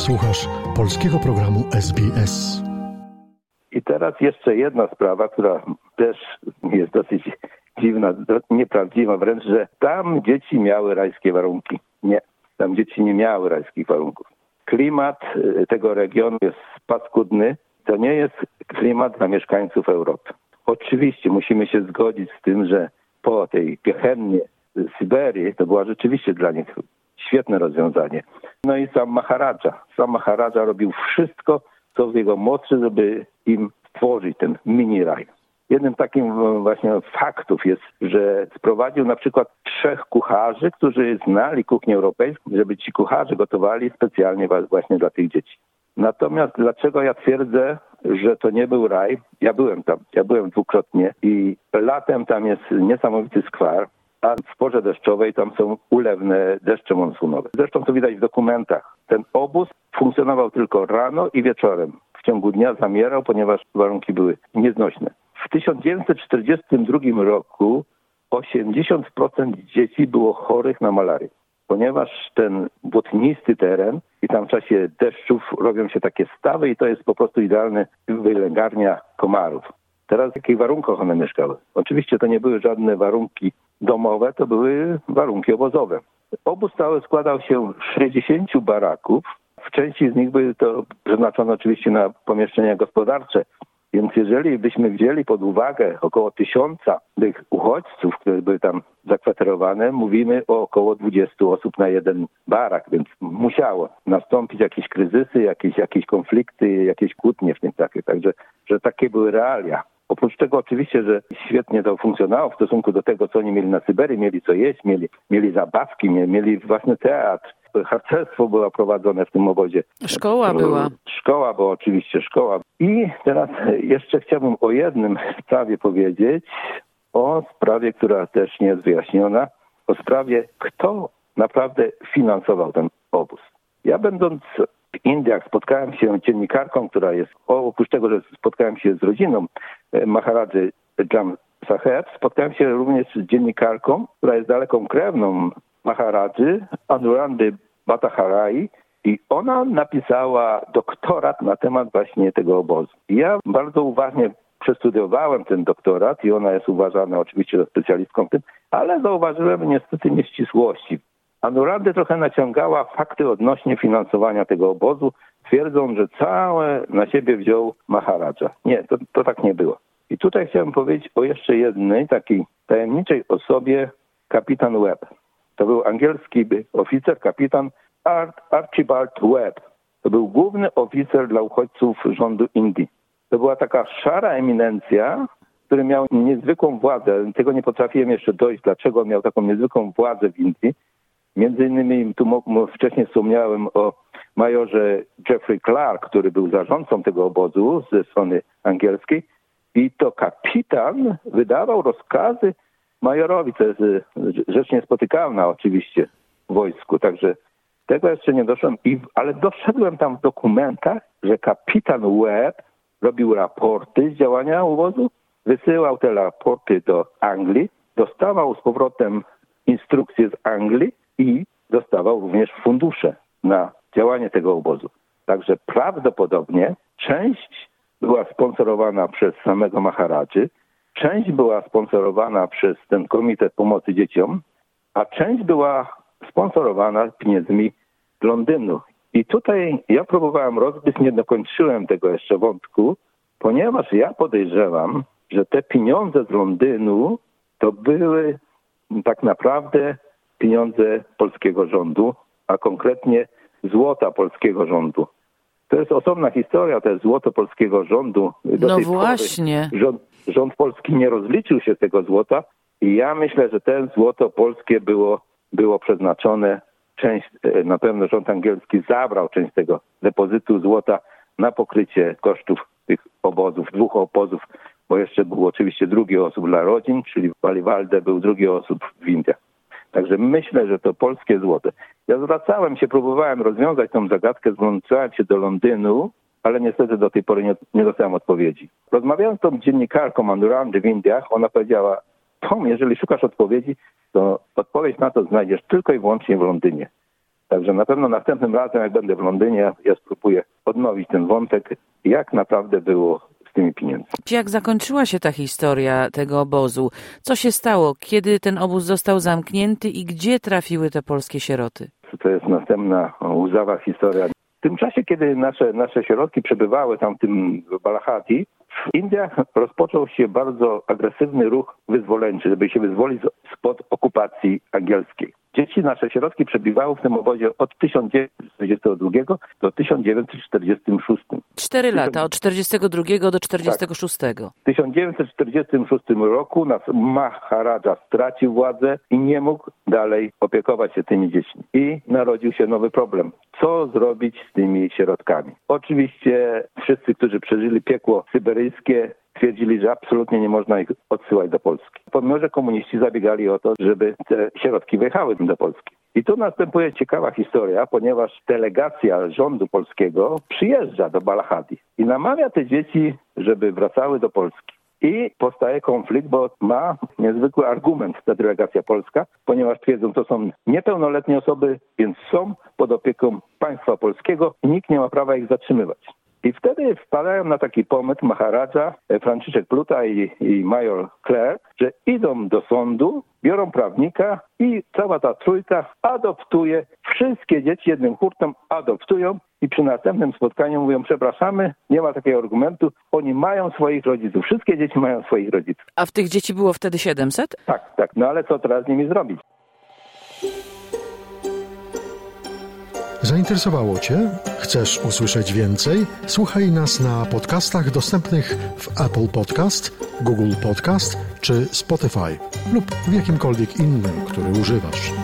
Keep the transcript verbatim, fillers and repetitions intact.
Słuchasz polskiego programu S B S. I teraz jeszcze jedna sprawa, która też jest dosyć dziwna, nieprawdziwa wręcz, że tam dzieci miały rajskie warunki. Nie, tam dzieci nie miały rajskich warunków. Klimat tego regionu jest paskudny. To nie jest klimat dla mieszkańców Europy. Oczywiście musimy się zgodzić z tym, że po tej gehennie Syberii to była rzeczywiście dla nich świetne rozwiązanie. No i sam Maharadża. Sam Maharadża robił wszystko, co w jego mocy, żeby im stworzyć ten mini raj. Jednym takim właśnie faktów jest, że sprowadził na przykład trzech kucharzy, którzy znali kuchnię europejską, żeby ci kucharze gotowali specjalnie właśnie dla tych dzieci. Natomiast dlaczego ja twierdzę, że to nie był raj? Ja byłem tam, ja byłem dwukrotnie i latem tam jest niesamowity skwar, a w porze deszczowej tam są ulewne deszcze monsunowe. Zresztą to widać w dokumentach. Ten obóz funkcjonował tylko rano i wieczorem. W ciągu dnia zamierał, ponieważ warunki były nieznośne. W tysiąc dziewięćset czterdziestym drugim roku osiemdziesiąt procent dzieci było chorych na malarię, ponieważ ten błotnisty teren i tam w czasie deszczów robią się takie stawy i to jest po prostu idealna wylęgarnia komarów. Teraz w jakich warunkach one mieszkały? Oczywiście to nie były żadne warunki domowe, to były warunki obozowe. Obóz cały składał się z sześćdziesięciu baraków. W części z nich były to przeznaczone oczywiście na pomieszczenia gospodarcze. Więc jeżeli byśmy wzięli pod uwagę około tysiąca tych uchodźców, które były tam zakwaterowane, mówimy o około dwudziestu osób na jeden barak, więc musiało nastąpić jakieś kryzysy, jakieś, jakieś konflikty, jakieś kłótnie w tym takie. Także, że takie były realia. Oprócz tego oczywiście, że świetnie to funkcjonowało w stosunku do tego, co oni mieli na Syberii, mieli co jeść, mieli, mieli zabawki, mieli własny teatr. Harcerstwo było prowadzone w tym obozie. Szkoła była. Szkoła była oczywiście, szkoła. I teraz jeszcze chciałbym o jednym sprawie powiedzieć, o sprawie, która też nie jest wyjaśniona, o sprawie, kto naprawdę finansował ten obóz. Ja będąc w Indiach spotkałem się z dziennikarką, która jest, oprócz tego, że spotkałem się z rodziną Maharadży Jam Saheb, spotkałem się również z dziennikarką, która jest daleką krewną Maharadży, Anurandy Bhattacharyji, i ona napisała doktorat na temat właśnie tego obozu. Ja bardzo uważnie przestudiowałem ten doktorat i ona jest uważana oczywiście za specjalistką w tym, ale zauważyłem niestety nieścisłości. Anurandy trochę naciągała fakty odnośnie finansowania tego obozu, twierdząc, że całe na siebie wziął Maharadża. Nie, to, to tak nie było. I tutaj chciałem powiedzieć o jeszcze jednej takiej tajemniczej osobie, kapitan Webb. To był angielski oficer, kapitan Archibald Webb. To był główny oficer dla uchodźców rządu Indii. To była taka szara eminencja, który miał niezwykłą władzę. Tego nie potrafiłem jeszcze dojść, dlaczego on miał taką niezwykłą władzę w Indii. Między innymi tu wcześniej wspomniałem o majorze Jeffrey Clark, który był zarządcą tego obozu ze strony angielskiej. I to kapitan wydawał rozkazy majorowi. To jest rzecz niespotykana oczywiście w wojsku. Także tego jeszcze nie doszedłem, I, ale doszedłem tam w dokumentach, że kapitan Webb robił raporty z działania obozu, wysyłał te raporty do Anglii, dostawał z powrotem instrukcje z Anglii i dostawał również fundusze na działanie tego obozu. Także prawdopodobnie część była sponsorowana przez samego Maharadży, część była sponsorowana przez ten Komitet Pomocy Dzieciom, a część była sponsorowana pieniędzmi z Londynu. I tutaj ja próbowałem rozbić, nie dokończyłem tego jeszcze wątku, ponieważ ja podejrzewam, że te pieniądze z Londynu to były tak naprawdę pieniądze polskiego rządu, a konkretnie złota polskiego rządu. To jest osobna historia, to jest złoto polskiego rządu. Do no tej właśnie. Pory rząd, rząd polski nie rozliczył się z tego złota i ja myślę, że te złoto polskie było, było przeznaczone, część, na pewno rząd angielski zabrał część tego depozytu złota na pokrycie kosztów tych obozów, dwóch obozów, bo jeszcze był oczywiście drugi osób dla rodzin, czyli w Paliwalde był drugi osób w Indiach. Także myślę, że to polskie złoto. Ja zwracałem się, próbowałem rozwiązać tą zagadkę, zwracałem się do Londynu, ale niestety do tej pory nie, nie dostałem odpowiedzi. Rozmawiałem z tą dziennikarką Anurandy w Indiach, ona powiedziała, Tom, jeżeli szukasz odpowiedzi, to odpowiedź na to znajdziesz tylko i wyłącznie w Londynie. Także na pewno następnym razem, jak będę w Londynie, ja spróbuję odnowić ten wątek, jak naprawdę było z tymi pieniędzmi. Jak zakończyła się ta historia tego obozu? Co się stało? Kiedy ten obóz został zamknięty i gdzie trafiły te polskie sieroty? To jest następna łzawa historia. W tym czasie, kiedy nasze, nasze środki przebywały tam w tym Balachati, w Indiach rozpoczął się bardzo agresywny ruch wyzwoleńczy, żeby się wyzwolić spod okupacji angielskiej. Dzieci nasze środki przebywały w tym obozie od tysiąc dziewięćset czterdziestego drugiego do tysiąc dziewięćset czterdziestego szóstego. Cztery lata, od czterdziestego drugiego do czterdziestego szóstego. W tysiąc dziewięćset czterdziestym szóstym roku nas Maharadża stracił władzę i nie mógł dalej opiekować się tymi dziećmi. I narodził się nowy problem. Co zrobić z tymi środkami? Oczywiście wszyscy, którzy przeżyli piekło syberyjskie, twierdzili, że absolutnie nie można ich odsyłać do Polski. Pomimo, że komuniści zabiegali o to, żeby te środki wyjechały do Polski. I tu następuje ciekawa historia, ponieważ delegacja rządu polskiego przyjeżdża do Balachati i namawia te dzieci, żeby wracały do Polski. I powstaje konflikt, bo ma niezwykły argument ta delegacja polska, ponieważ twierdzą, to są niepełnoletnie osoby, więc są pod opieką państwa polskiego i nikt nie ma prawa ich zatrzymywać. I wtedy wpadają na taki pomysł Maharadża, Franciszek Pluta i, i major Clare, że idą do sądu, biorą prawnika i cała ta trójka adoptuje, wszystkie dzieci jednym hurtem adoptują i przy następnym spotkaniu mówią, przepraszamy, nie ma takiego argumentu, oni mają swoich rodziców, wszystkie dzieci mają swoich rodziców. A w tych dzieci było wtedy siedemset? Tak, tak, no ale co teraz z nimi zrobić? Zainteresowało Cię? Chcesz usłyszeć więcej? Słuchaj nas na podcastach dostępnych w Apple Podcast, Google Podcast czy Spotify lub w jakimkolwiek innym, który używasz.